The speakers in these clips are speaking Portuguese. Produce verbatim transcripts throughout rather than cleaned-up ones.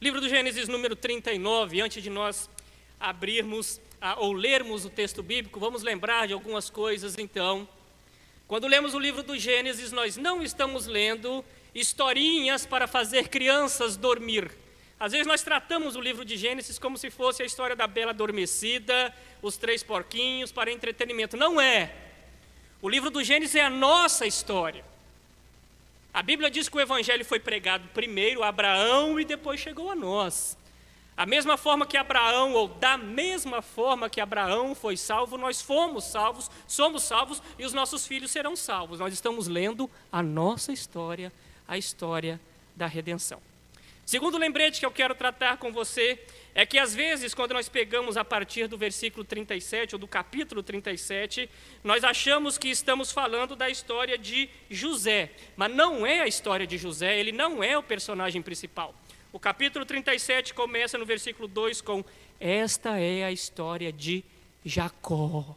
Livro do Gênesis, número trinta e nove. Antes de nós abrirmos a, ou lermos o texto bíblico, vamos lembrar de algumas coisas então. Quando lemos o livro do Gênesis, nós não estamos lendo historinhas para fazer crianças dormir. Às vezes nós tratamos o livro de Gênesis como se fosse a história da Bela Adormecida, os três porquinhos, para entretenimento. Não é. O livro do Gênesis é a nossa história. A Bíblia diz que o Evangelho foi pregado primeiro a Abraão e depois chegou a nós. A mesma forma que Abraão, ou da mesma forma que Abraão foi salvo, nós fomos salvos, somos salvos e os nossos filhos serão salvos. Nós estamos lendo a nossa história, a história da redenção. Segundo lembrete que eu quero tratar com você é que às vezes quando nós pegamos a partir do versículo trinta e sete ou do capítulo trinta e sete, nós achamos que estamos falando da história de José, mas não é a história de José, ele não é o personagem principal. O capítulo trinta e sete começa no versículo dois com: esta é a história de Jacó.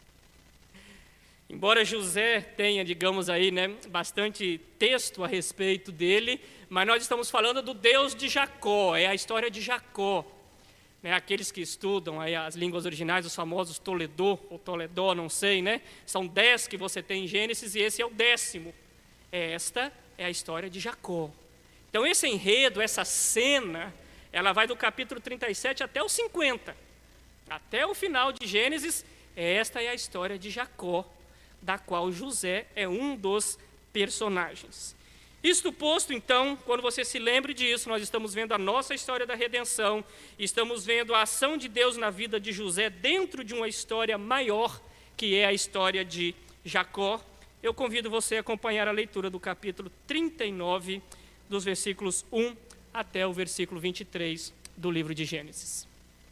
Embora José tenha, digamos aí, né, bastante texto a respeito dele, mas nós estamos falando do Deus de Jacó, é a história de Jacó. Né, aqueles que estudam aí as línguas originais, os famosos Toledô, ou Toledó, não sei, né? São dez que você tem em Gênesis e esse é o décimo. Esta é a história de Jacó. Então esse enredo, essa cena, ela vai do capítulo trinta e sete até o cinquenta. Até o final de Gênesis, esta é a história de Jacó, da qual José é um dos personagens. Isto posto, então, quando você se lembre disso, nós estamos vendo a nossa história da redenção, estamos vendo a ação de Deus na vida de José dentro de uma história maior, que é a história de Jacó. Eu convido você a acompanhar a leitura do capítulo trinta e nove, dos versículos um até o versículo vinte e três do livro de Gênesis.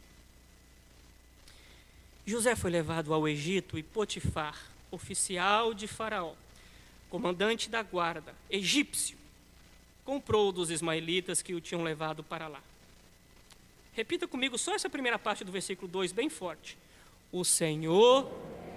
José foi levado ao Egito e Potifar, oficial de Faraó, comandante da guarda, egípcio, comprou dos ismaelitas que o tinham levado para lá. Repita comigo só essa primeira parte do versículo dois, bem forte. O Senhor,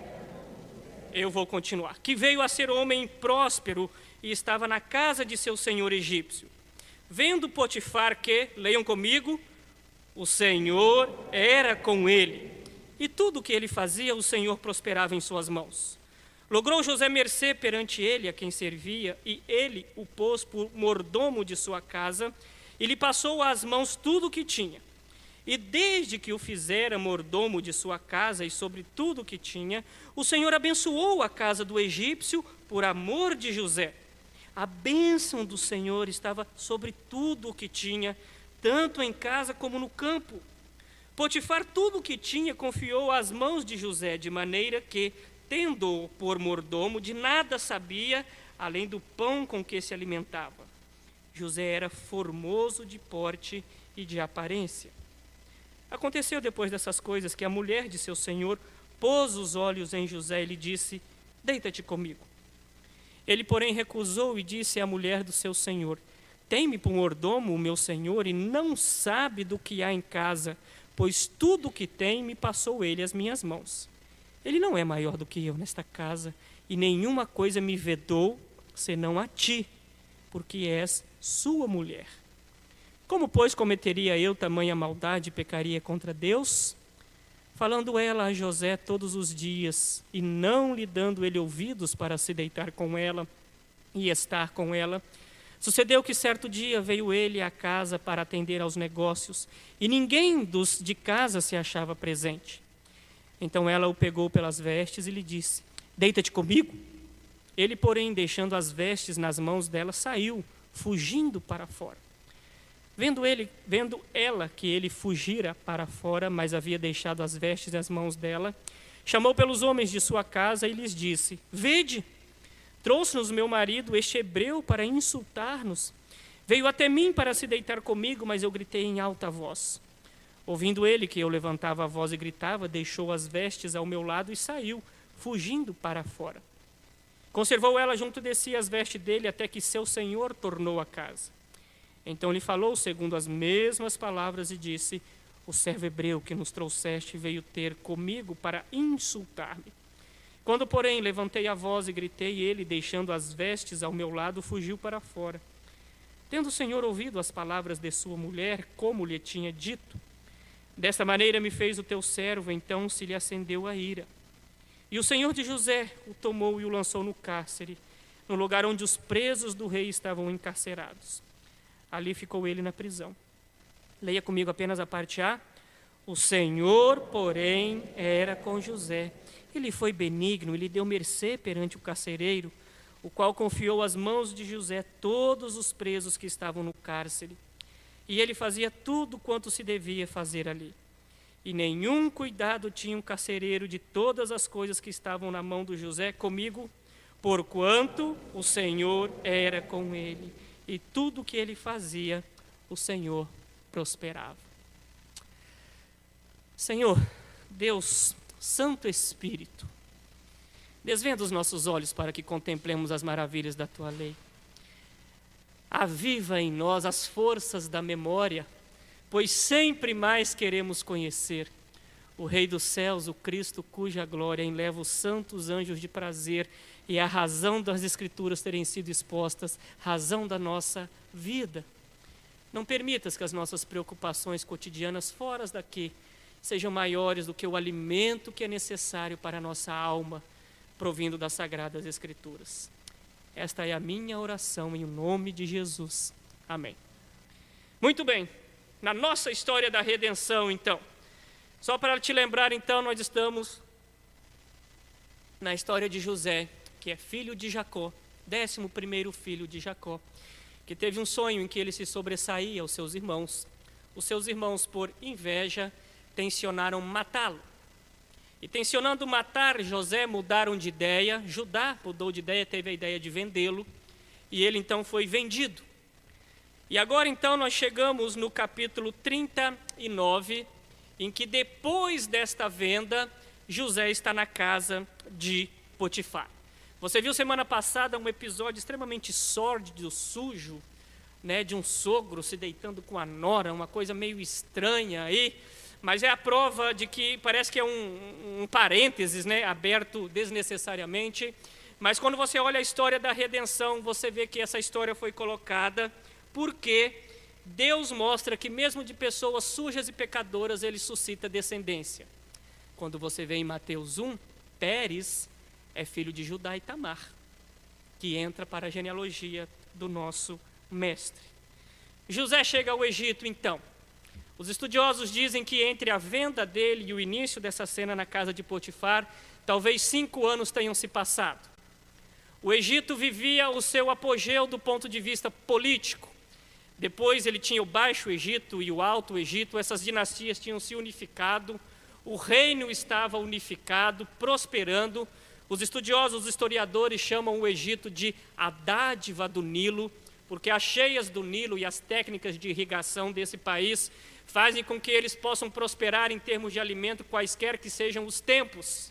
eu vou continuar, que veio a ser homem próspero e estava na casa de seu senhor egípcio. Vendo Potifar que, leiam comigo, o Senhor era com ele, e tudo o que ele fazia, o Senhor prosperava em suas mãos. Logrou José mercê perante ele, a quem servia, e ele o pôs por mordomo de sua casa, e lhe passou às mãos tudo o que tinha. E desde que o fizera mordomo de sua casa e sobre tudo o que tinha, o Senhor abençoou a casa do egípcio por amor de José. A bênção do Senhor estava sobre tudo o que tinha, tanto em casa como no campo. Potifar tudo o que tinha confiou às mãos de José, de maneira que, tendo-o por mordomo, de nada sabia, além do pão com que se alimentava. José era formoso de porte e de aparência. Aconteceu depois dessas coisas que a mulher de seu senhor pôs os olhos em José e lhe disse: deita-te comigo. Ele, porém, recusou e disse à mulher do seu senhor: tem-me por mordomo o meu senhor e não sabe do que há em casa, pois tudo o que tem me passou ele às minhas mãos. Ele não é maior do que eu nesta casa, e nenhuma coisa me vedou, senão a ti, porque és sua mulher. Como, pois, cometeria eu tamanha maldade e pecaria contra Deus? Falando ela a José todos os dias, e não lhe dando ele ouvidos para se deitar com ela e estar com ela, sucedeu que certo dia veio ele à casa para atender aos negócios, e ninguém dos de casa se achava presente. Então ela o pegou pelas vestes e lhe disse: deita-te comigo. Ele, porém, deixando as vestes nas mãos dela, saiu, fugindo para fora. Vendo, ele, vendo ela que ele fugira para fora, mas havia deixado as vestes nas mãos dela, chamou pelos homens de sua casa e lhes disse: vede, trouxe-nos meu marido, este hebreu, para insultar-nos. Veio até mim para se deitar comigo, mas eu gritei em alta voz. Ouvindo ele que eu levantava a voz e gritava, deixou as vestes ao meu lado e saiu, fugindo para fora. Conservou ela junto de si as vestes dele, até que seu senhor tornou a casa. Então lhe falou segundo as mesmas palavras e disse: o servo hebreu que nos trouxeste veio ter comigo para insultar-me. Quando, porém, levantei a voz e gritei, ele, deixando as vestes ao meu lado, fugiu para fora. Tendo o Senhor ouvido as palavras de sua mulher, como lhe tinha dito, desta maneira me fez o teu servo, então se lhe acendeu a ira. E o Senhor de José o tomou e o lançou no cárcere, no lugar onde os presos do rei estavam encarcerados. Ali ficou ele na prisão. Leia comigo apenas a parte A. O Senhor, porém, era com José. Ele foi benigno, ele deu mercê perante o carcereiro, o qual confiou às mãos de José todos os presos que estavam no cárcere. E ele fazia tudo quanto se devia fazer ali. E nenhum cuidado tinha um carcereiro de todas as coisas que estavam na mão do José comigo, porquanto o Senhor era com ele, e tudo que ele fazia, o Senhor prosperava. Senhor, Deus, Santo Espírito, desvenda os nossos olhos para que contemplemos as maravilhas da Tua lei. Aviva em nós as forças da memória, pois sempre mais queremos conhecer o Rei dos céus, o Cristo, cuja glória enleva os santos anjos de prazer e a razão das Escrituras terem sido expostas, razão da nossa vida. Não permitas que as nossas preocupações cotidianas fora daqui sejam maiores do que o alimento que é necessário para a nossa alma, provindo das Sagradas Escrituras. Esta é a minha oração em nome de Jesus. Amém. Muito bem. Na nossa história da redenção, então, só para te lembrar, então, nós estamos na história de José, que é filho de Jacó, décimo primeiro filho de Jacó, que teve um sonho em que ele se sobressaía aos seus irmãos. Os seus irmãos, por inveja, tensionaram matá-lo. E tensionando matar José, mudaram de ideia. Judá mudou de ideia, teve a ideia de vendê-lo, e ele então foi vendido. E agora então nós chegamos no capítulo trinta e nove, em que depois desta venda, José está na casa de Potifar. Você viu semana passada um episódio extremamente sórdido, sujo, né, de um sogro se deitando com a nora, uma coisa meio estranha aí, mas é a prova de que parece que é um, um parênteses, né, aberto desnecessariamente, mas quando você olha a história da redenção, você vê que essa história foi colocada porque Deus mostra que mesmo de pessoas sujas e pecadoras, Ele suscita descendência. Quando você vê em Mateus um, Pérez é filho de Judá e Tamar, que entra para a genealogia do nosso mestre. José chega ao Egito, então. Os estudiosos dizem que entre a venda dele e o início dessa cena na casa de Potifar, talvez cinco anos tenham se passado. O Egito vivia o seu apogeu do ponto de vista político. Depois ele tinha o Baixo Egito e o Alto Egito, essas dinastias tinham se unificado, o reino estava unificado, prosperando. Os estudiosos, os historiadores chamam o Egito de a dádiva do Nilo, porque as cheias do Nilo e as técnicas de irrigação desse país fazem com que eles possam prosperar em termos de alimento, quaisquer que sejam os tempos.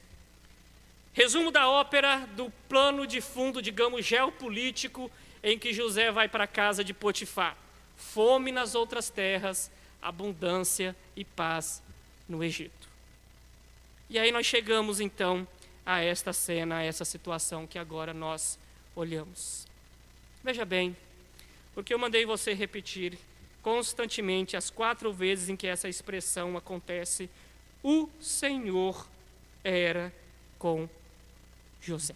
Resumo da ópera do plano de fundo, digamos, geopolítico, em que José vai para a casa de Potifar. Fome nas outras terras, abundância e paz no Egito. E aí nós chegamos, então, a esta cena, a essa situação que agora nós olhamos. Veja bem, porque eu mandei você repetir constantemente as quatro vezes em que essa expressão acontece, o Senhor era com José.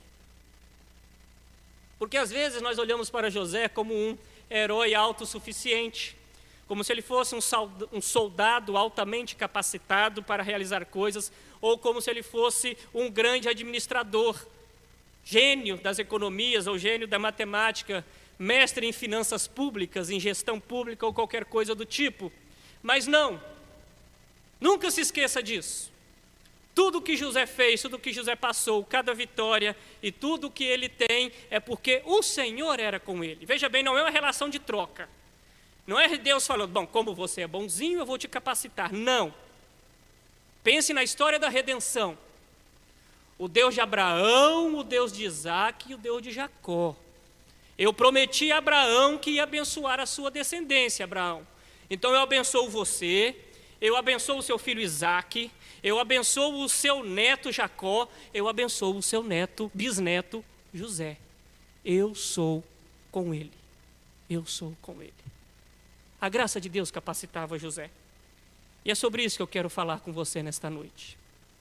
Porque às vezes nós olhamos para José como um herói autossuficiente, como se ele fosse um soldado altamente capacitado para realizar coisas, ou como se ele fosse um grande administrador, gênio das economias ou gênio da matemática, mestre em finanças públicas, em gestão pública ou qualquer coisa do tipo. Mas não, nunca se esqueça disso. Tudo que José fez, tudo que José passou, cada vitória e tudo que ele tem é porque o Senhor era com ele. Veja bem, não é uma relação de troca. Não é Deus falando, bom, como você é bonzinho, eu vou te capacitar. Não. Pense na história da redenção. O Deus de Abraão, o Deus de Isaac e o Deus de Jacó. Eu prometi a Abraão que ia abençoar a sua descendência, Abraão. Então eu abençoo você, eu abençoo o seu filho Isaac, eu abençoo o seu neto Jacó, eu abençoo o seu neto, bisneto José. Eu sou com ele. eu sou com ele. A graça de Deus capacitava José. E é sobre isso que eu quero falar com você nesta noite.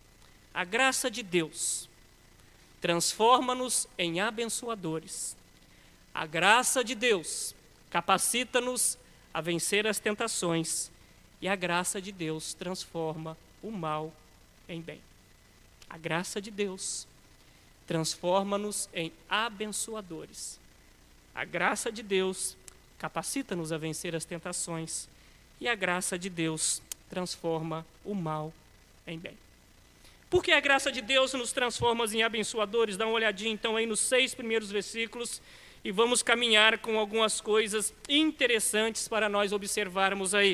A graça de Deus transforma-nos em abençoadores. A graça de Deus capacita-nos a vencer as tentações. E a graça de Deus transforma o mal em bem. A graça de Deus transforma-nos em abençoadores. A graça de Deus capacita-nos a vencer as tentações. E a graça de Deus transforma o mal em bem. Porque a graça de Deus nos transforma em abençoadores? Dá uma olhadinha então aí nos seis primeiros versículos e vamos caminhar com algumas coisas interessantes para nós observarmos aí.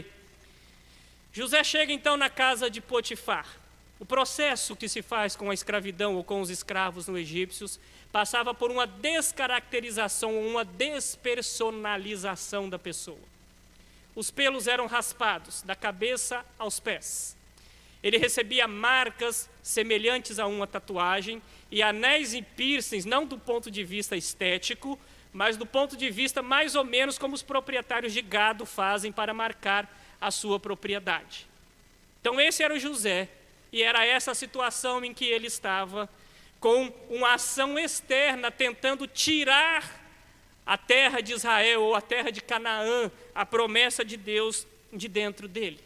José chega então na casa de Potifar. O processo que se faz com a escravidão ou com os escravos no egípcios passava por uma descaracterização, uma despersonalização da pessoa. Os pelos eram raspados, da cabeça aos pés. Ele recebia marcas semelhantes a uma tatuagem e anéis e piercings, não do ponto de vista estético, mas do ponto de vista mais ou menos como os proprietários de gado fazem para marcar a sua propriedade. Então esse era o José, e era essa a situação em que ele estava, com uma ação externa, tentando tirar a terra de Israel, ou a terra de Canaã, a promessa de Deus de dentro dele.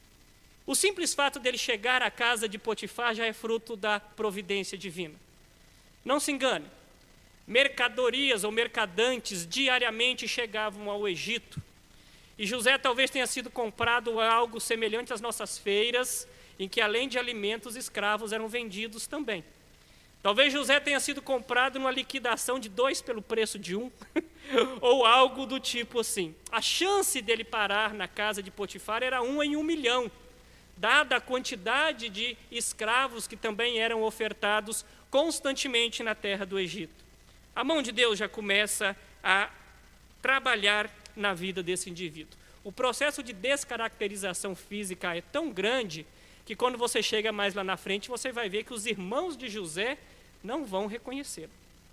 O simples fato dele chegar à casa de Potifar já é fruto da providência divina. Não se engane, mercadorias ou mercadantes diariamente chegavam ao Egito, e José talvez tenha sido comprado algo semelhante às nossas feiras, em que além de alimentos, escravos eram vendidos também. Talvez José tenha sido comprado numa liquidação de dois pelo preço de um, ou algo do tipo assim. A chance dele parar na casa de Potifar era um em um milhão, dada a quantidade de escravos que também eram ofertados constantemente na terra do Egito. A mão de Deus já começa a trabalhar na vida desse indivíduo. O processo de descaracterização física é tão grande que quando você chega mais lá na frente, você vai ver que os irmãos de José não vão reconhecê-lo.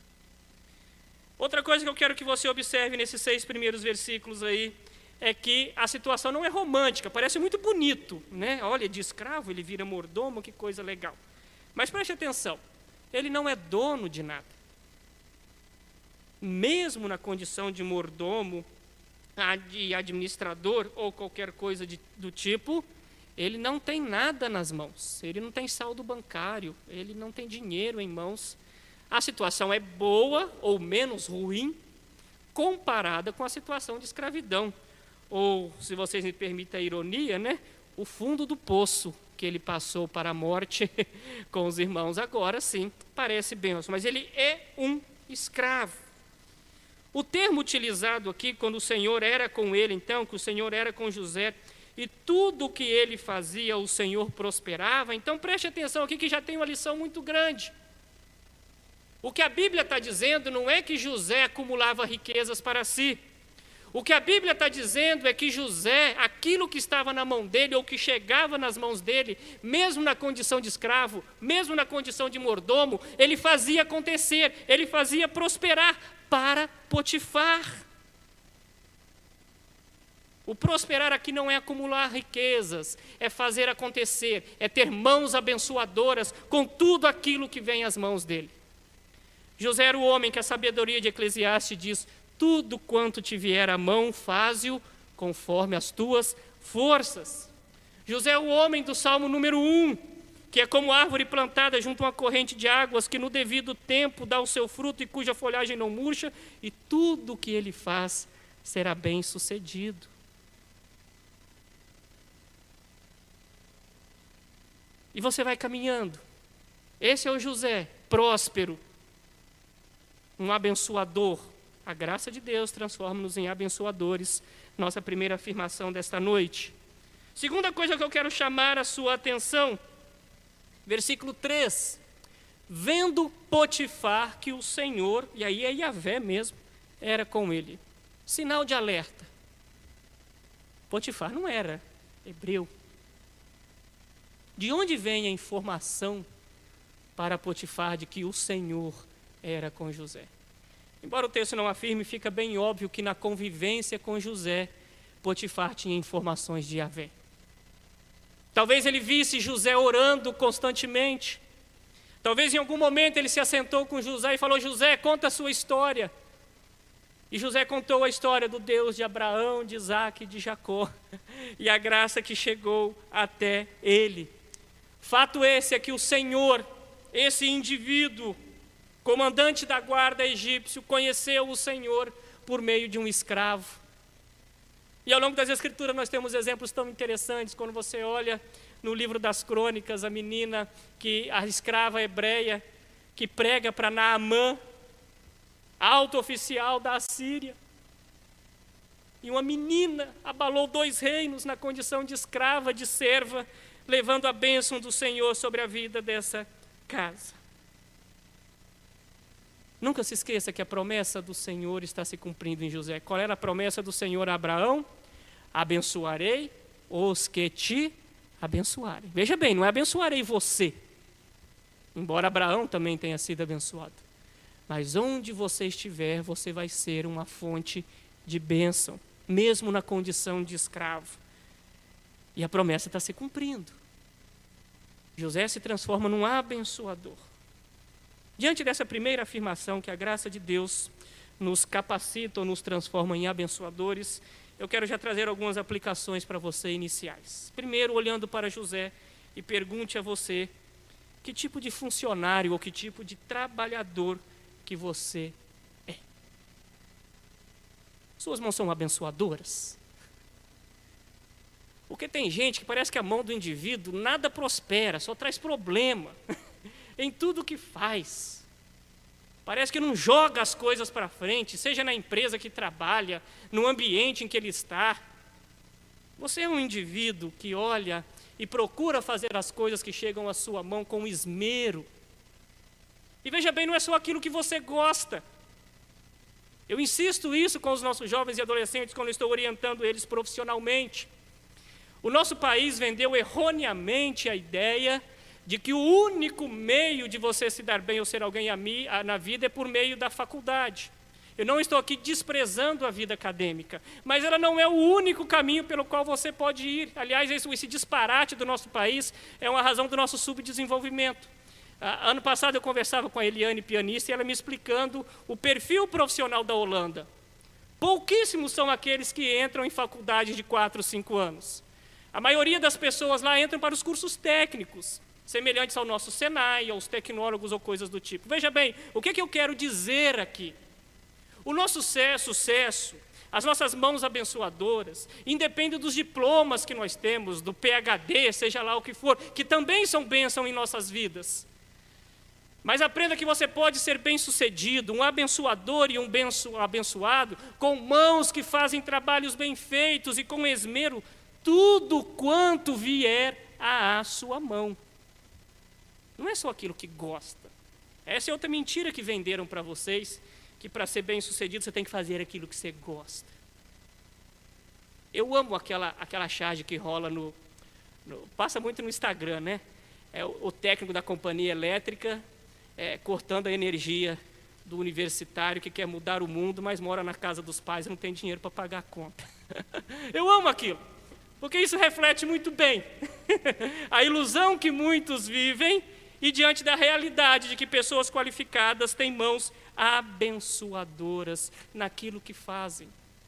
Outra coisa que eu quero que você observe nesses seis primeiros versículos aí, é que a situação não é romântica, parece muito bonito, né? Olha, de escravo ele vira mordomo, que coisa legal. Mas preste atenção, ele não é dono de nada. Mesmo na condição de mordomo, de administrador ou qualquer coisa de, do tipo, ele não tem nada nas mãos, ele não tem saldo bancário, ele não tem dinheiro em mãos. A situação é boa ou menos ruim comparada com a situação de escravidão. Ou, se vocês me permitem a ironia, né, o fundo do poço que ele passou para a morte com os irmãos. Agora sim, parece benção, mas ele é um escravo. O termo utilizado aqui, quando o Senhor era com ele, então, que o Senhor era com José, e tudo o que ele fazia, o Senhor prosperava. Então, preste atenção aqui que já tem uma lição muito grande. O que a Bíblia está dizendo não é que José acumulava riquezas para si. O que a Bíblia está dizendo é que José, aquilo que estava na mão dele, ou que chegava nas mãos dele, mesmo na condição de escravo, mesmo na condição de mordomo, ele fazia acontecer, ele fazia prosperar para Potifar. O prosperar aqui não é acumular riquezas, é fazer acontecer, é ter mãos abençoadoras com tudo aquilo que vem às mãos dele. José era o homem que a sabedoria de Eclesiastes diz: tudo quanto te vier à mão, faze-o conforme as tuas forças. José é o homem do Salmo número um, que é como árvore plantada junto a uma corrente de águas, que no devido tempo dá o seu fruto e cuja folhagem não murcha, e tudo o que ele faz será bem sucedido. E você vai caminhando. Esse é o José, próspero, um abençoador. A graça de Deus transforma-nos em abençoadores. Nossa primeira afirmação desta noite. Segunda coisa que eu quero chamar a sua atenção, versículo três. Vendo Potifar que o Senhor, e aí é Yahvé mesmo, era com ele. Sinal de alerta. Potifar não era hebreu. De onde vem a informação para Potifar de que o Senhor era com José? Embora o texto não afirme, fica bem óbvio que na convivência com José, Potifar tinha informações de Yahvé. Talvez ele visse José orando constantemente. Talvez em algum momento ele se assentou com José e falou: José, conta a sua história. E José contou a história do Deus de Abraão, de Isaque e de Jacó, e a graça que chegou até ele. Fato esse é que o Senhor, esse indivíduo, comandante da guarda egípcio, conheceu o Senhor por meio de um escravo. E ao longo das Escrituras nós temos exemplos tão interessantes. Quando você olha no livro das Crônicas, a menina, que a escrava hebreia, que prega para Naamã, alto oficial da Assíria. E uma menina abalou dois reinos na condição de escrava, de serva, levando a bênção do Senhor sobre a vida dessa casa. Nunca se esqueça que a promessa do Senhor está se cumprindo em José. Qual era a promessa do Senhor a Abraão? Abençoarei os que te abençoarem. Veja bem, não é abençoarei você, embora Abraão também tenha sido abençoado. Mas onde você estiver, você vai ser uma fonte de bênção, mesmo na condição de escravo. E a promessa está se cumprindo. José se transforma num abençoador. Diante dessa primeira afirmação, que a graça de Deus nos capacita ou nos transforma em abençoadores, eu quero já trazer algumas aplicações para você iniciais. Primeiro, olhando para José, e pergunte a você que tipo de funcionário ou que tipo de trabalhador que você é. Suas mãos são abençoadoras? Porque tem gente que parece que a mão do indivíduo nada prospera, só traz problema em tudo que faz. Parece que não joga as coisas para frente, seja na empresa que trabalha, no ambiente em que ele está. Você é um indivíduo que olha e procura fazer as coisas que chegam à sua mão com esmero. E veja bem, não é só aquilo que você gosta. Eu insisto isso com os nossos jovens e adolescentes quando estou orientando eles profissionalmente. O nosso país vendeu erroneamente a ideia de que o único meio de você se dar bem ou ser alguém na vida é por meio da faculdade. Eu não estou aqui desprezando a vida acadêmica, mas ela não é o único caminho pelo qual você pode ir. Aliás, esse, esse disparate do nosso país é uma razão do nosso subdesenvolvimento. Ah, ano passado eu conversava com a Eliane, pianista, e ela me explicando o perfil profissional da Holanda. Pouquíssimos são aqueles que entram em faculdade de quatro, cinco anos. A maioria das pessoas lá entram para os cursos técnicos, semelhantes ao nosso Senai, aos tecnólogos ou coisas do tipo. Veja bem, o que é que eu quero dizer aqui? O nosso sucesso, as nossas mãos abençoadoras, independe dos diplomas que nós temos, do P H D, seja lá o que for, que também são bênção em nossas vidas. Mas aprenda que você pode ser bem-sucedido, um abençoador e um abençoado, com mãos que fazem trabalhos bem feitos e com esmero, tudo quanto vier à sua mão. Não é só aquilo que gosta. Essa é outra mentira que venderam para vocês, que para ser bem-sucedido você tem que fazer aquilo que você gosta. Eu amo aquela, aquela charge que rola no, no... Passa muito no Instagram, né? É o, o técnico da companhia elétrica é, cortando a energia do universitário que quer mudar o mundo, mas mora na casa dos pais e não tem dinheiro para pagar a conta. Eu amo aquilo, porque isso reflete muito bem a ilusão que muitos vivem e diante da realidade de que pessoas qualificadas têm mãos abençoadoras naquilo que fazem.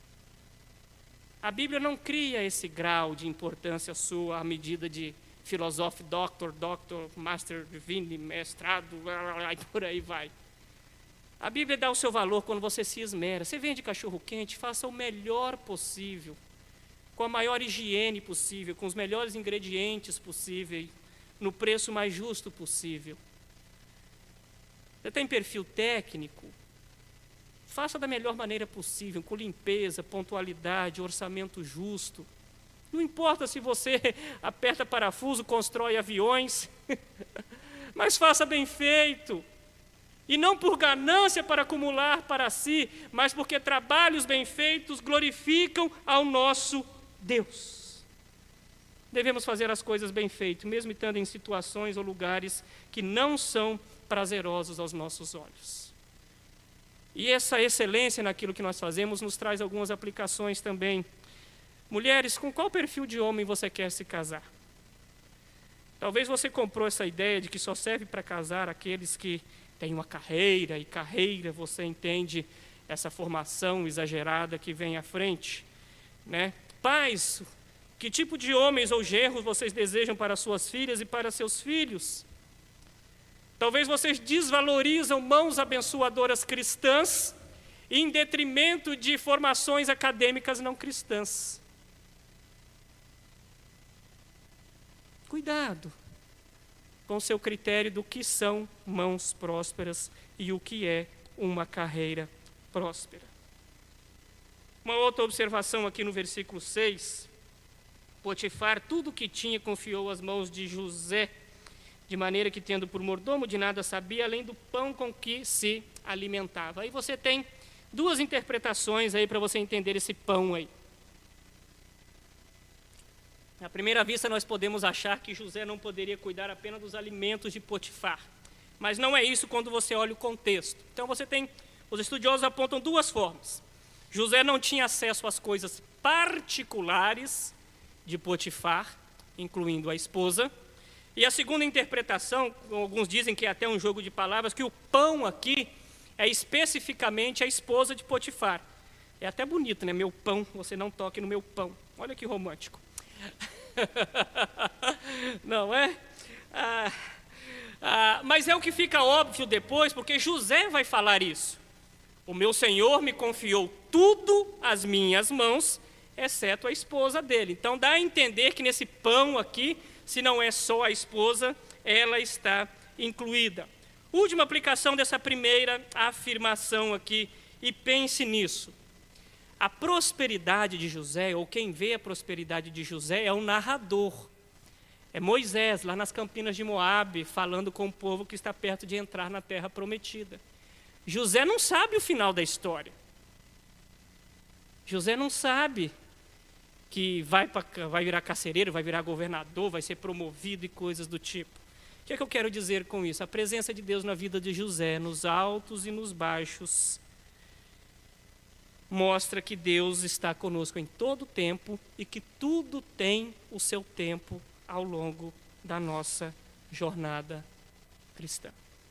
A Bíblia não cria esse grau de importância sua à medida de filosófico, doctor, doctor, master, divine, mestrado, e por aí vai. A Bíblia dá o seu valor quando você se esmera. Você vende cachorro-quente, faça o melhor possível, com a maior higiene possível, com os melhores ingredientes possíveis, no preço mais justo possível. Você tem perfil técnico? Faça da melhor maneira possível, com limpeza, pontualidade, orçamento justo. Não importa se você aperta parafuso, constrói aviões, mas faça bem feito. E não por ganância para acumular para si, mas porque trabalhos bem feitos glorificam ao nosso Deus. Devemos fazer as coisas bem feitas, mesmo estando em situações ou lugares que não são prazerosos aos nossos olhos. E essa excelência naquilo que nós fazemos nos traz algumas aplicações também. Mulheres, com qual perfil de homem você quer se casar? Talvez você comprou essa ideia de que só serve para casar aqueles que têm uma carreira, e carreira você entende essa formação exagerada que vem à frente, né? Pais, que tipo de homens ou genros vocês desejam para suas filhas e para seus filhos? Talvez vocês desvalorizam mãos abençoadoras cristãs em detrimento de formações acadêmicas não cristãs. Cuidado com o seu critério do que são mãos prósperas e o que é uma carreira próspera. Uma outra observação aqui no versículo seis. Potifar tudo o que tinha confiou às mãos de José, de maneira que, tendo por mordomo, de nada sabia, além do pão com que se alimentava. Aí você tem duas interpretações aí para você entender esse pão aí. À primeira vista, nós podemos achar que José não poderia cuidar apenas dos alimentos de Potifar. Mas não é isso quando você olha o contexto. Então você tem, os estudiosos apontam duas formas. José não tinha acesso às coisas particulares de Potifar, incluindo a esposa. E a segunda interpretação, alguns dizem que é até um jogo de palavras, que o pão aqui é especificamente a esposa de Potifar. É até bonito, né? Meu pão, você não toque no meu pão. Olha que romântico. Não é? Ah, ah, mas é o que fica óbvio depois, porque José vai falar isso. O meu Senhor me confiou tudo às minhas mãos, exceto a esposa dele. Então dá a entender que nesse pão aqui, se não é só a esposa, ela está incluída. Última aplicação dessa primeira afirmação aqui, e pense nisso. A prosperidade de José, ou quem vê a prosperidade de José, é o narrador. É Moisés, lá nas campinas de Moabe, falando com o povo que está perto de entrar na terra prometida. José não sabe o final da história. José não sabe que vai, pra, vai virar carcereiro, vai virar governador, vai ser promovido e coisas do tipo. O que é que eu quero dizer com isso? A presença de Deus na vida de José, nos altos e nos baixos, mostra que Deus está conosco em todo o tempo e que tudo tem o seu tempo ao longo da nossa jornada cristã.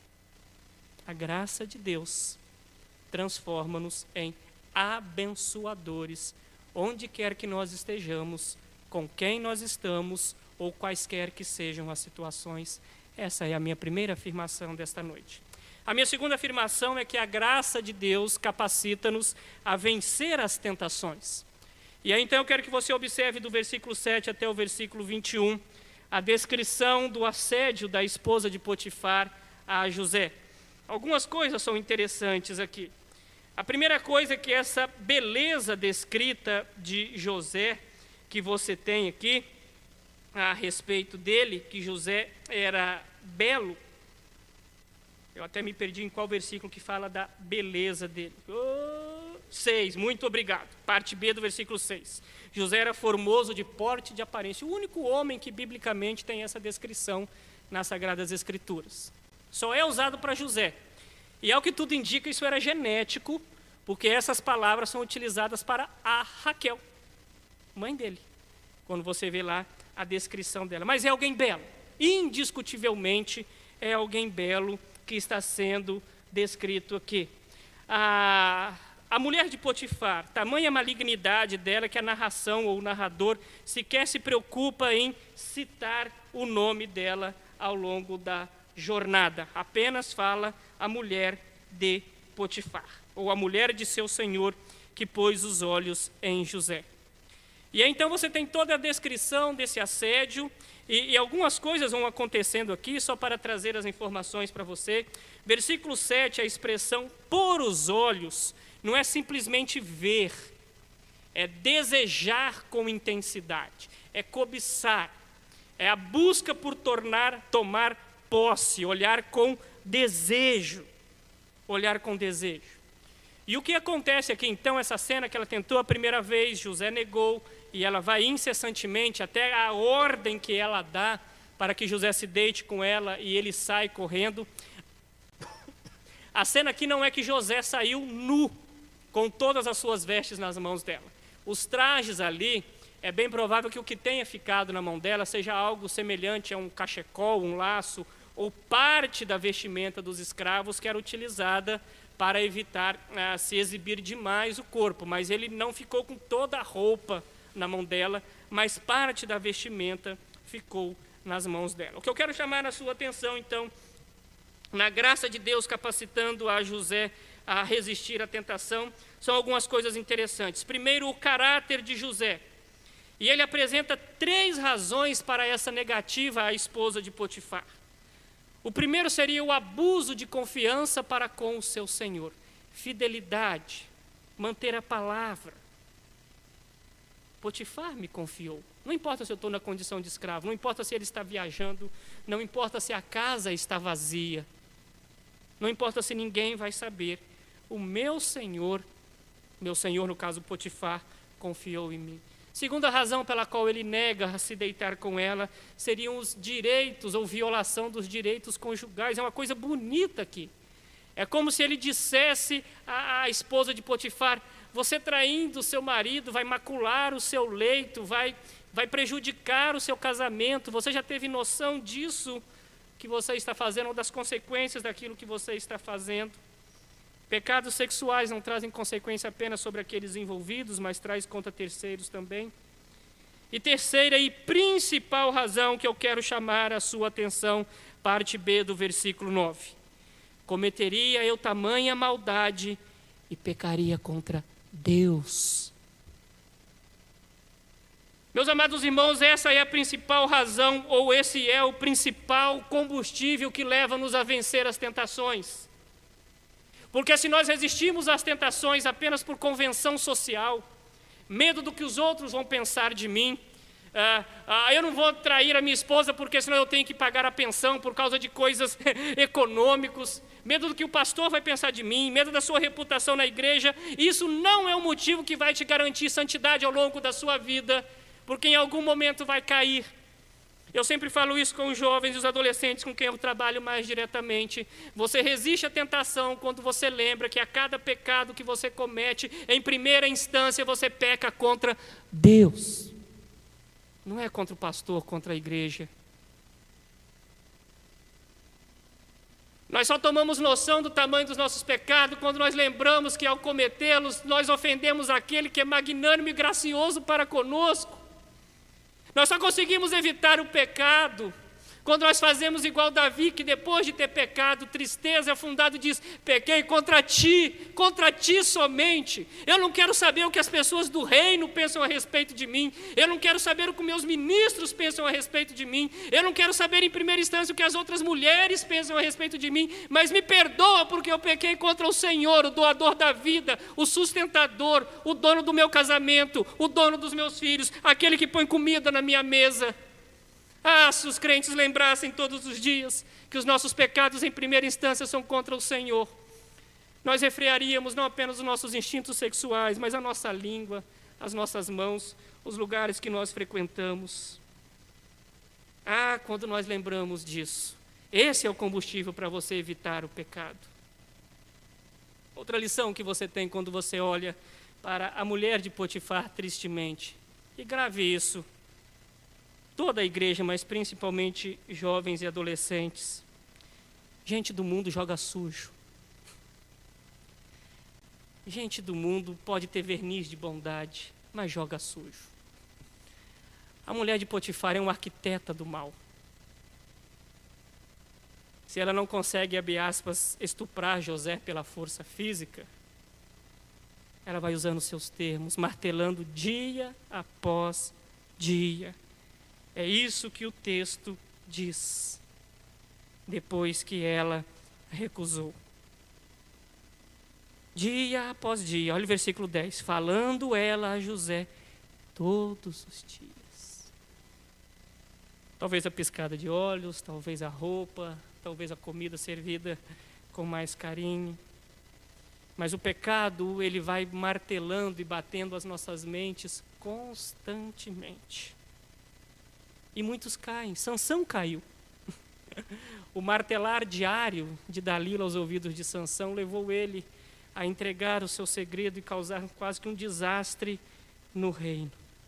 A graça de Deus transforma-nos em abençoadores, onde quer que nós estejamos, com quem nós estamos ou quaisquer que sejam as situações. Essa é a minha primeira afirmação desta noite. A minha segunda afirmação é que a graça de Deus capacita-nos a vencer as tentações. E aí então eu quero que você observe do versículo sete até o versículo vinte e um, a descrição do assédio da esposa de Potifar a José. Algumas coisas são interessantes aqui. A primeira coisa é que essa beleza descrita de José, que você tem aqui, a respeito dele, que José era belo. Eu até me perdi em qual versículo que fala da beleza dele. Oh, seis, muito obrigado. Parte B do versículo seis. José era formoso de porte e de aparência. O único homem que biblicamente tem essa descrição nas Sagradas Escrituras. Só é usado para José. E ao que tudo indica, isso era genético, porque essas palavras são utilizadas para a Raquel, mãe dele, quando você vê lá a descrição dela. Mas é alguém belo. Indiscutivelmente é alguém belo que está sendo descrito aqui. A, a mulher de Potifar, tamanha malignidade dela que a narração ou o narrador sequer se preocupa em citar o nome dela ao longo da jornada. Apenas fala a mulher de Potifar, ou a mulher de seu senhor que pôs os olhos em José. E aí, então você tem toda a descrição desse assédio, e, e algumas coisas vão acontecendo aqui, só para trazer as informações para você. Versículo sete, a expressão pôr os olhos, não é simplesmente ver, é desejar com intensidade, é cobiçar, é a busca por tornar, tomar posse, olhar com desejo, olhar com desejo. E o que acontece aqui, então, essa cena que ela tentou a primeira vez, José negou, e ela vai incessantemente até a ordem que ela dá para que José se deite com ela e ele sai correndo. A cena aqui não é que José saiu nu, com todas as suas vestes nas mãos dela. Os trajes ali, é bem provável que o que tenha ficado na mão dela seja algo semelhante a um cachecol, um laço, ou parte da vestimenta dos escravos que era utilizada para evitar ah, se exibir demais o corpo. Mas ele não ficou com toda a roupa na mão dela, mas parte da vestimenta ficou nas mãos dela. O que eu quero chamar a sua atenção, então, na graça de Deus capacitando a José a resistir à tentação, são algumas coisas interessantes. Primeiro, o caráter de José. E ele apresenta três razões para essa negativa à esposa de Potifar. O primeiro seria o abuso de confiança para com o seu senhor. Fidelidade, manter a palavra. Potifar me confiou. Não importa se eu estou na condição de escravo, não importa se ele está viajando, não importa se a casa está vazia, não importa se ninguém vai saber. O meu senhor, meu senhor no caso Potifar, confiou em mim. Segunda razão pela qual ele nega a se deitar com ela seriam os direitos ou violação dos direitos conjugais. É uma coisa bonita aqui. É como se ele dissesse à, à esposa de Potifar: você traindo o seu marido vai macular o seu leito, vai, vai prejudicar o seu casamento. Você já teve noção disso que você está fazendo, ou das consequências daquilo que você está fazendo? Pecados sexuais não trazem consequência apenas sobre aqueles envolvidos, mas traz contra terceiros também. E terceira e principal razão que eu quero chamar a sua atenção, parte B do versículo nove. Cometeria eu tamanha maldade e pecaria contra Deus. Meus amados irmãos, essa é a principal razão, ou esse é o principal combustível que leva-nos a vencer as tentações. Porque se nós resistimos às tentações apenas por convenção social, medo do que os outros vão pensar de mim, ah, ah, eu não vou trair a minha esposa porque senão eu tenho que pagar a pensão por causa de coisas econômicos, medo do que o pastor vai pensar de mim, medo da sua reputação na igreja, isso não é um motivo que vai te garantir santidade ao longo da sua vida, porque em algum momento vai cair. Eu sempre falo isso com os jovens e os adolescentes com quem eu trabalho mais diretamente. Você resiste à tentação quando você lembra que a cada pecado que você comete, em primeira instância você peca contra Deus. Não é contra o pastor, contra a igreja. Nós só tomamos noção do tamanho dos nossos pecados quando nós lembramos que ao cometê-los, nós ofendemos aquele que é magnânimo e gracioso para conosco. Nós só conseguimos evitar o pecado quando nós fazemos igual Davi, que depois de ter pecado, tristeza, afundado, diz: pequei contra ti, contra ti somente. Eu não quero saber o que as pessoas do reino pensam a respeito de mim. Eu não quero saber o que meus ministros pensam a respeito de mim. Eu não quero saber em primeira instância o que as outras mulheres pensam a respeito de mim. Mas me perdoa porque eu pequei contra o Senhor, o doador da vida, o sustentador, o dono do meu casamento, o dono dos meus filhos, aquele que põe comida na minha mesa. Ah, se os crentes lembrassem todos os dias que os nossos pecados em primeira instância são contra o Senhor, nós refrearíamos não apenas os nossos instintos sexuais, mas a nossa língua, as nossas mãos, os lugares que nós frequentamos. Ah, quando nós lembramos disso, esse é o combustível para você evitar o pecado. Outra lição que você tem quando você olha para a mulher de Potifar tristemente, e grave isso, toda a igreja, mas principalmente jovens e adolescentes. Gente do mundo joga sujo. Gente do mundo pode ter verniz de bondade, mas joga sujo. A mulher de Potifar é uma arquiteta do mal. Se ela não consegue, abre aspas, estuprar José pela força física, ela vai usando seus termos, martelando dia após dia. É isso que o texto diz, depois que ela recusou. Dia após dia, olha o versículo dez, falando ela a José todos os dias. Talvez a piscada de olhos, talvez a roupa, talvez a comida servida com mais carinho. Mas o pecado, ele vai martelando e batendo as nossas mentes constantemente. E muitos caem. Sansão caiu. O martelar diário de Dalila aos ouvidos de Sansão levou ele a entregar o seu segredo e causar quase que um desastre no reino.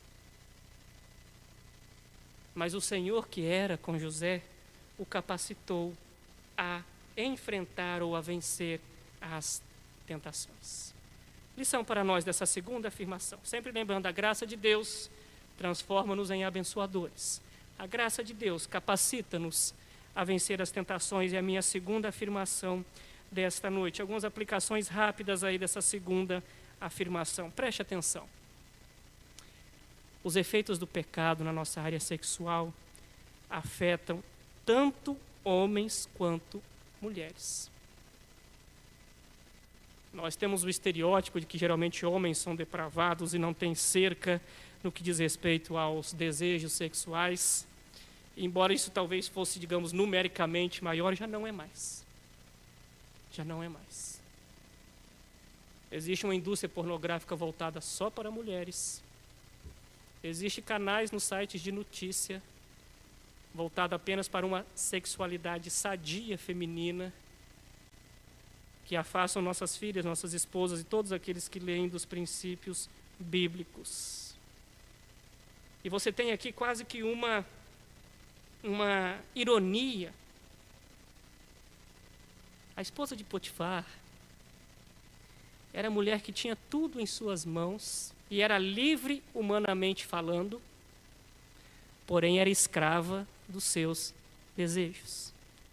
Mas o Senhor, que era com José, o capacitou a enfrentar ou a vencer as tentações. Lição para nós dessa segunda afirmação. Sempre lembrando, a graça de Deus transforma-nos em abençoadores. A graça de Deus capacita-nos a vencer as tentações. E a minha segunda afirmação desta noite. Algumas aplicações rápidas aí dessa segunda afirmação. Preste atenção. Os efeitos do pecado na nossa área sexual afetam tanto homens quanto mulheres. Nós temos o estereótipo de que geralmente homens são depravados e não têm cerca no que diz respeito aos desejos sexuais. Embora isso talvez fosse, digamos, numericamente maior, já não é mais. Já não é mais. Existe uma indústria pornográfica voltada só para mulheres. Existem canais nos sites de notícia voltado apenas para uma sexualidade sadia feminina, que afastam nossas filhas, nossas esposas e todos aqueles que leem dos princípios bíblicos. E você tem aqui quase que uma, uma ironia. A esposa de Potifar era a mulher que tinha tudo em suas mãos e era livre humanamente falando, porém era escrava dos seus desejos.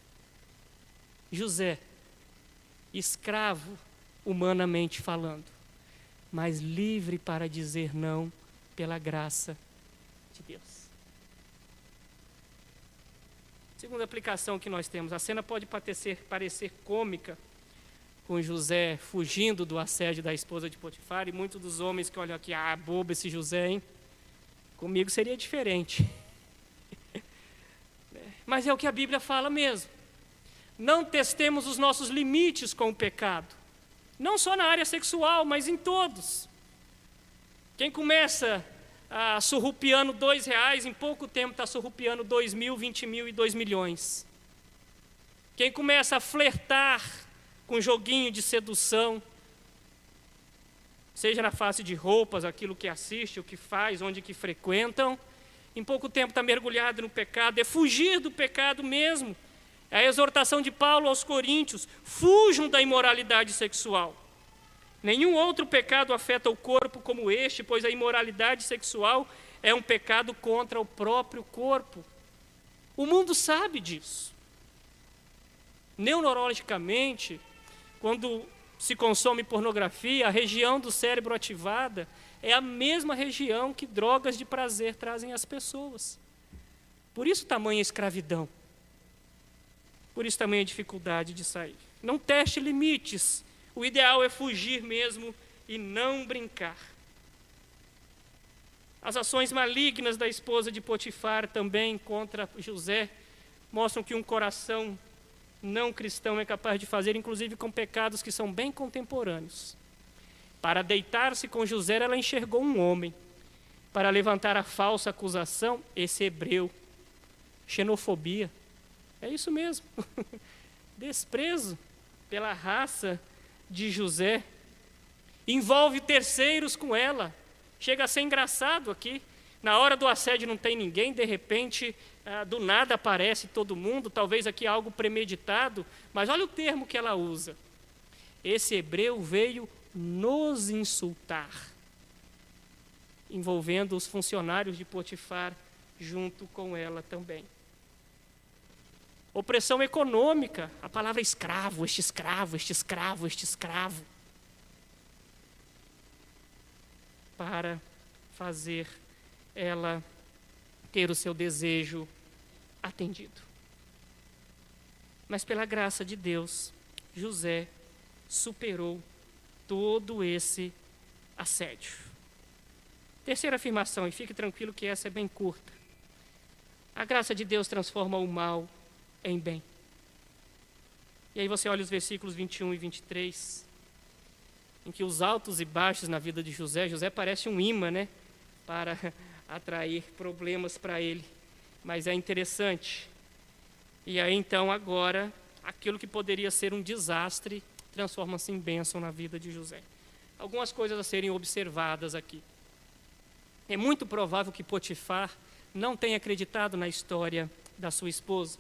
José, escravo humanamente falando, mas livre para dizer não pela graça de Deus. Segunda aplicação que nós temos, a cena pode parecer, parecer cômica, com José fugindo do assédio da esposa de Potifar, e muitos dos homens que olham aqui, ah, bobo esse José, hein? Comigo seria diferente. Mas é o que a Bíblia fala mesmo. Não testemos os nossos limites com o pecado. Não só na área sexual, mas em todos. Quem começa a surrupiando dois reais, em pouco tempo está surrupiando dois mil, vinte mil e dois milhões. Quem começa a flertar com joguinho de sedução, seja na face de roupas, aquilo que assiste, o que faz, onde que frequentam, em pouco tempo está mergulhado no pecado. É fugir do pecado mesmo. É a exortação de Paulo aos Coríntios: fujam da imoralidade sexual. Nenhum outro pecado afeta o corpo como este, pois a imoralidade sexual é um pecado contra o próprio corpo. O mundo sabe disso. Neurologicamente, quando se consome pornografia, a região do cérebro ativada é a mesma região que drogas de prazer trazem às pessoas. Por isso tamanha escravidão. Por isso tamanha dificuldade de sair. Não teste limites. O ideal é fugir mesmo e não brincar. As ações malignas da esposa de Potifar também contra José mostram que um coração não cristão é capaz de fazer, inclusive com pecados que são bem contemporâneos. Para deitar-se com José, ela enxergou um homem. Para levantar a falsa acusação, esse hebreu. Xenofobia. É isso mesmo. Desprezo pela raça de José. Envolve terceiros com ela. Chega a ser engraçado aqui. Na hora do assédio não tem ninguém, de repente, ah, do nada aparece todo mundo, talvez aqui algo premeditado, mas olha o termo que ela usa. Esse hebreu veio nos insultar, envolvendo os funcionários de Potifar junto com ela também. Opressão econômica, a palavra escravo, este escravo, este escravo, este escravo, para fazer ela ter o seu desejo atendido. Mas pela graça de Deus, José superou todo esse assédio. Terceira afirmação, e fique tranquilo que essa é bem curta. A graça de Deus transforma o mal em bem. E aí você olha os versículos vinte e um e vinte e três, em que os altos e baixos na vida de José, José parece um imã, né, para atrair problemas para ele. Mas é interessante E aí então agora, aquilo que poderia ser um desastre, transforma-se em bênção na vida de José. Algumas coisas a serem observadas aqui. É muito provável que Potifar não tenha acreditado na história da sua esposa,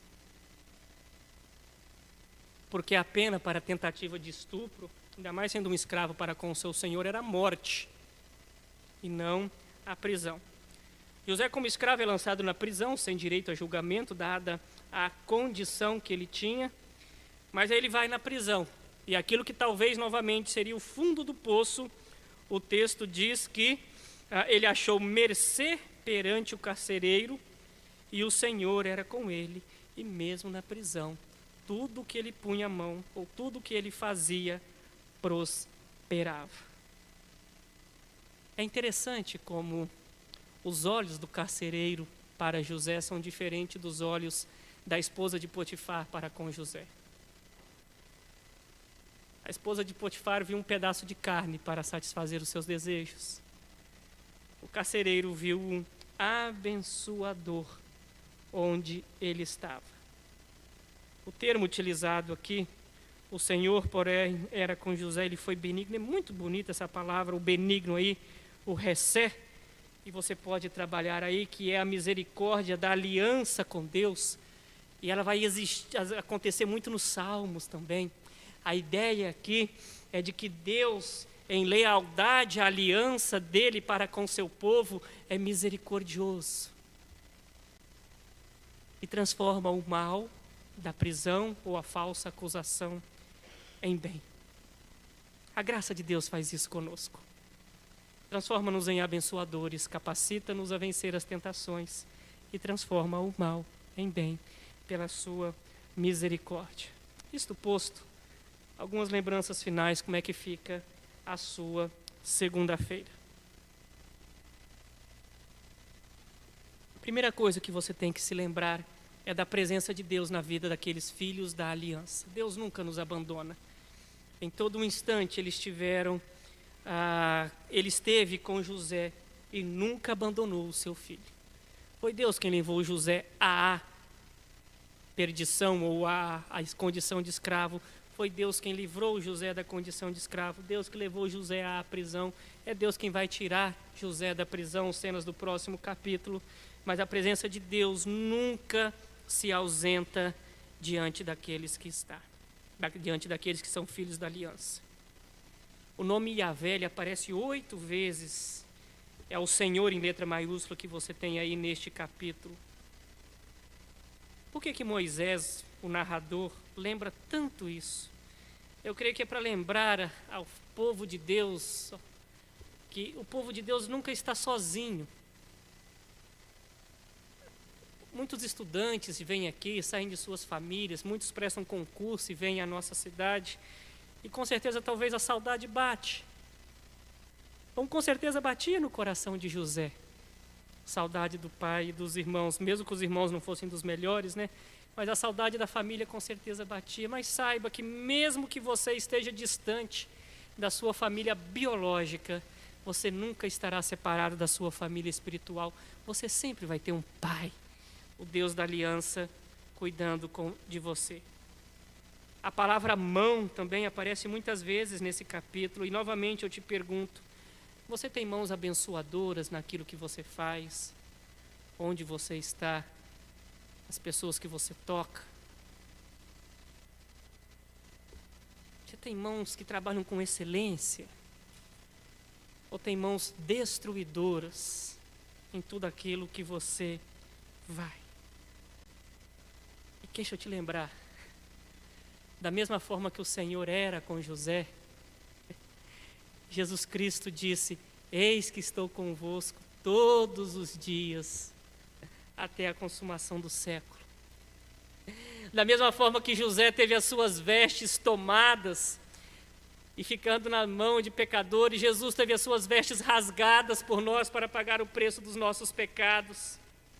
porque a pena para a tentativa de estupro, ainda mais sendo um escravo para com o seu senhor, era a morte, e não a prisão. José, como escravo, é lançado na prisão, sem direito a julgamento, dada a condição que ele tinha, mas aí ele vai na prisão, e aquilo que talvez novamente seria o fundo do poço, o texto diz que ah, ele achou mercê perante o carcereiro, e o Senhor era com ele, e mesmo na prisão, tudo que ele punha a mão, ou tudo que ele fazia, prosperava. É interessante como os olhos do carcereiro para José são diferentes dos olhos da esposa de Potifar para com José. A esposa de Potifar viu um pedaço de carne para satisfazer os seus desejos. O carcereiro viu um abençoador onde ele estava. O termo utilizado aqui, o Senhor, porém, era com José, ele foi benigno. É muito bonita essa palavra, o benigno aí, o recé, e você pode trabalhar aí, que é a misericórdia da aliança com Deus, e ela vai existir, acontecer muito nos Salmos também. A ideia aqui é de que Deus, em lealdade à aliança dele para com seu povo, é misericordioso e transforma o mal da prisão ou a falsa acusação em bem. A graça de Deus faz isso conosco. Transforma-nos em abençoadores, capacita-nos a vencer as tentações e transforma o mal em bem pela sua misericórdia. Isto posto, algumas lembranças finais, como é que fica a sua segunda-feira. A primeira coisa que você tem que se lembrar é da presença de Deus na vida daqueles filhos da aliança. Deus nunca nos abandona. Em todo um instante eles tiveram, ah, ele esteve com José e nunca abandonou o seu filho. Foi Deus quem levou José à perdição ou à, à condição de escravo. Foi Deus quem livrou José da condição de escravo. Deus que levou José à prisão. É Deus quem vai tirar José da prisão, cenas do próximo capítulo. Mas a presença de Deus nunca se ausenta diante daqueles que está, diante daqueles que são filhos da aliança. O nome Yahvé aparece oito vezes. É o Senhor em letra maiúscula que você tem aí neste capítulo. Por que que Moisés, o narrador, lembra tanto isso? Eu creio que é para lembrar ao povo de Deus que o povo de Deus nunca está sozinho. Muitos estudantes vêm aqui, saem de suas famílias, muitos prestam concurso e vêm à nossa cidade. E com certeza talvez a saudade bate. Como com certeza batia no coração de José. Saudade do pai e dos irmãos, mesmo que os irmãos não fossem dos melhores, né? Mas a saudade da família com certeza batia. Mas saiba que mesmo que você esteja distante da sua família biológica, você nunca estará separado da sua família espiritual. Você sempre vai ter um pai, o Deus da aliança, cuidando com, de você. A palavra mão também aparece muitas vezes nesse capítulo. E novamente eu te pergunto, você tem mãos abençoadoras naquilo que você faz? Onde você está? As pessoas que você toca? Você tem mãos que trabalham com excelência? Ou tem mãos destruidoras em tudo aquilo que você vai? E deixa eu te lembrar, da mesma forma que o Senhor era com José, Jesus Cristo disse: eis que estou convosco todos os dias, até a consumação do século. Da mesma forma que José teve as suas vestes tomadas e ficando na mão de pecadores, Jesus teve as suas vestes rasgadas por nós para pagar o preço dos nossos pecados.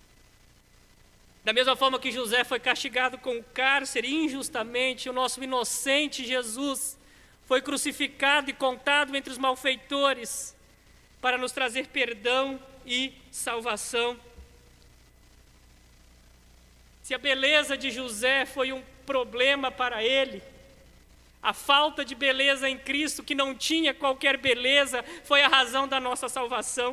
Da mesma forma que José foi castigado com o cárcere injustamente, o nosso inocente Jesus foi crucificado e contado entre os malfeitores para nos trazer perdão e salvação. Se a beleza de José foi um problema para ele, a falta de beleza em Cristo, que não tinha qualquer beleza, foi a razão da nossa salvação.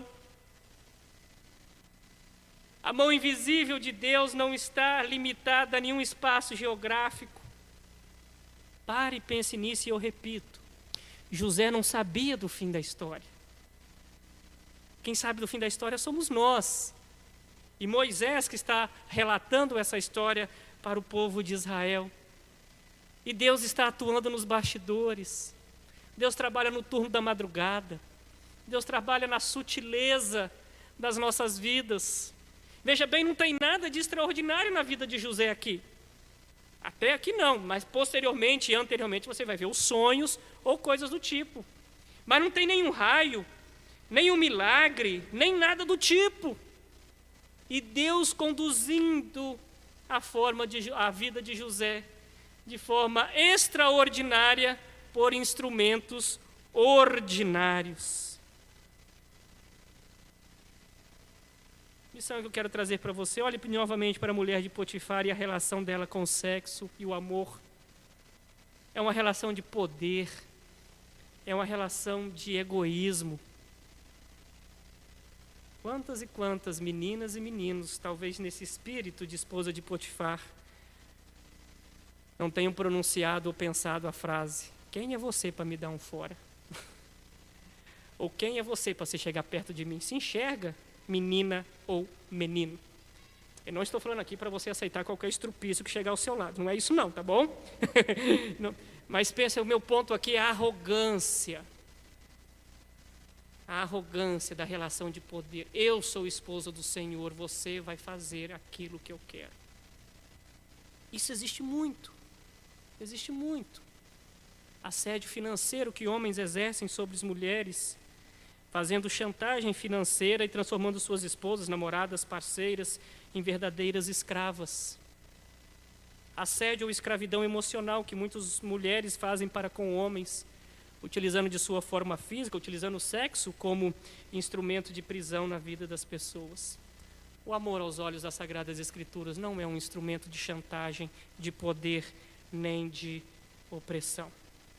A mão invisível de Deus não está limitada a nenhum espaço geográfico. Pare e pense nisso e eu repito. José não sabia do fim da história. Quem sabe do fim da história somos nós. E Moisés que está relatando essa história para o povo de Israel. E Deus está atuando nos bastidores. Deus trabalha no turno da madrugada. Deus trabalha na sutileza das nossas vidas. Veja bem, não tem nada de extraordinário na vida de José aqui. Até aqui não, mas posteriormente e anteriormente você vai ver os sonhos ou coisas do tipo. Mas não tem nenhum raio, nenhum milagre, nem nada do tipo. E Deus conduzindo a, forma de, a vida de José de forma extraordinária por instrumentos ordinários. Missão que eu quero trazer para você, olhe novamente para a mulher de Potifar e a relação dela com o sexo e o amor. É uma relação de poder, é uma relação de egoísmo. Quantas e quantas meninas e meninos, talvez nesse espírito de esposa de Potifar, não tenham pronunciado ou pensado a frase: quem é você para me dar um fora? Ou quem é você para você chegar perto de mim? Se enxerga, menina ou menino. Eu não estou falando aqui para você aceitar qualquer estrupício que chegar ao seu lado. Não é isso não, tá bom? Não. Mas pensa, o meu ponto aqui é a arrogância. A arrogância da relação de poder. Eu sou esposa do Senhor, você vai fazer aquilo que eu quero. Isso existe muito. Existe muito. Assédio financeiro que homens exercem sobre as mulheres, fazendo chantagem financeira e transformando suas esposas, namoradas, parceiras, em verdadeiras escravas. Assédio ou escravidão emocional que muitas mulheres fazem para com homens, utilizando de sua forma física, utilizando o sexo como instrumento de prisão na vida das pessoas. O amor aos olhos das Sagradas Escrituras não é um instrumento de chantagem, de poder, nem de opressão.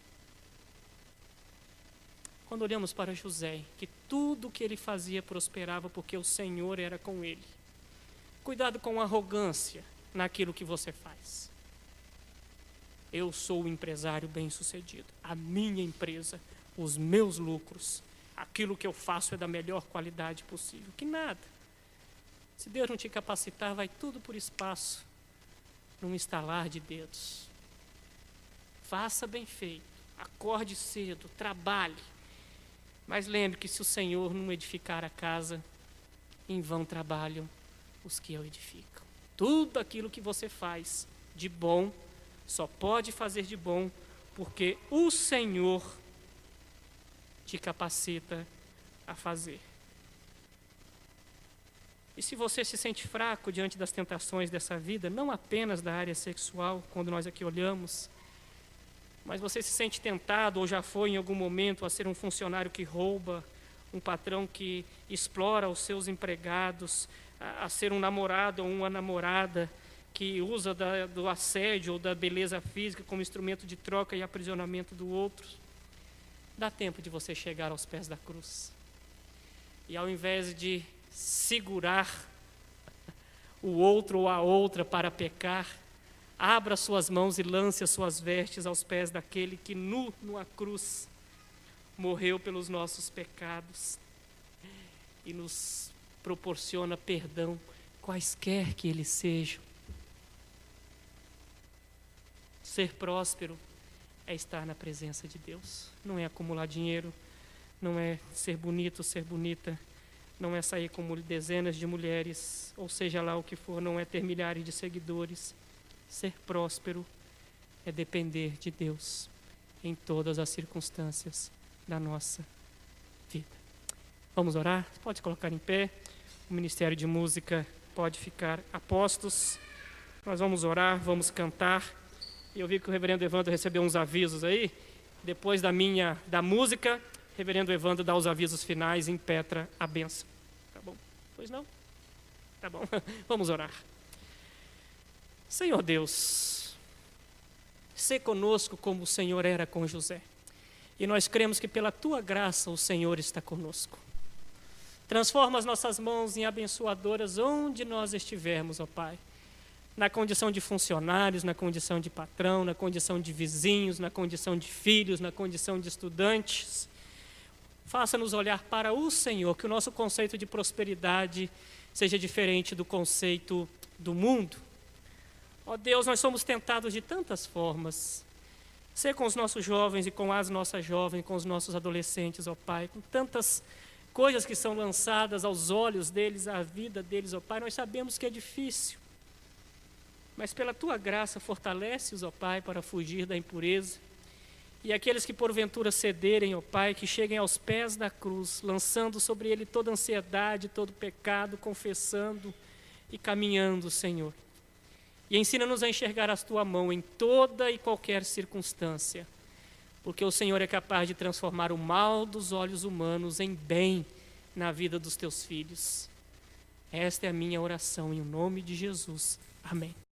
Quando olhamos para José, que tudo o que ele fazia prosperava porque o Senhor era com ele. Cuidado com a arrogância naquilo que você faz. Eu sou o empresário bem-sucedido. A minha empresa, os meus lucros, aquilo que eu faço é da melhor qualidade possível. Que nada. Se Deus não te capacitar, vai tudo por espaço, num estalar de dedos. Faça bem feito, acorde cedo, trabalhe. Mas lembre que se o Senhor não edificar a casa, em vão trabalham os que a edificam. Tudo aquilo que você faz de bom, só pode fazer de bom porque o Senhor te capacita a fazer. E se você se sente fraco diante das tentações dessa vida, não apenas da área sexual, quando nós aqui olhamos, mas você se sente tentado ou já foi em algum momento a ser um funcionário que rouba, um patrão que explora os seus empregados, a, a ser um namorado ou uma namorada que usa da, do assédio ou da beleza física como instrumento de troca e aprisionamento do outro, dá tempo de você chegar aos pés da cruz. E ao invés de segurar o outro ou a outra para pecar, abra suas mãos e lance as suas vestes aos pés daquele que nu numa cruz morreu pelos nossos pecados e nos proporciona perdão, quaisquer que eles sejam. Ser próspero é estar na presença de Deus, não é acumular dinheiro, não é ser bonito, ser bonita, não é sair com dezenas de mulheres, ou seja lá o que for, não é ter milhares de seguidores. Ser próspero é depender de Deus em todas as circunstâncias da nossa vida. Vamos orar? Pode colocar em pé. O Ministério de Música pode ficar a postos. Nós vamos orar, vamos cantar. E eu vi que o reverendo Evandro recebeu uns avisos aí. Depois da minha, da música, o reverendo Evandro dá os avisos finais e impetra a bênção. Tá bom? Pois não? Tá bom. Vamos orar. Senhor Deus, sê conosco como o Senhor era com José. E nós cremos que pela Tua graça o Senhor está conosco. Transforma as nossas mãos em abençoadoras onde nós estivermos, ó Pai. Na condição de funcionários, na condição de patrão, na condição de vizinhos, na condição de filhos, na condição de estudantes. Faça-nos olhar para o Senhor, que o nosso conceito de prosperidade seja diferente do conceito do mundo. Ó Deus, nós somos tentados de tantas formas. Ser com os nossos jovens e com as nossas jovens, com os nossos adolescentes, ó Pai, com tantas coisas que são lançadas aos olhos deles, à vida deles, ó Pai, nós sabemos que é difícil. Mas pela Tua graça, fortalece-os, ó Pai, para fugir da impureza. E aqueles que porventura cederem, ó Pai, que cheguem aos pés da cruz, lançando sobre ele toda ansiedade, todo pecado, confessando e caminhando, Senhor. E ensina-nos a enxergar a Tua mão em toda e qualquer circunstância, porque o Senhor é capaz de transformar o mal dos olhos humanos em bem na vida dos Teus filhos. Esta é a minha oração, em nome de Jesus. Amém.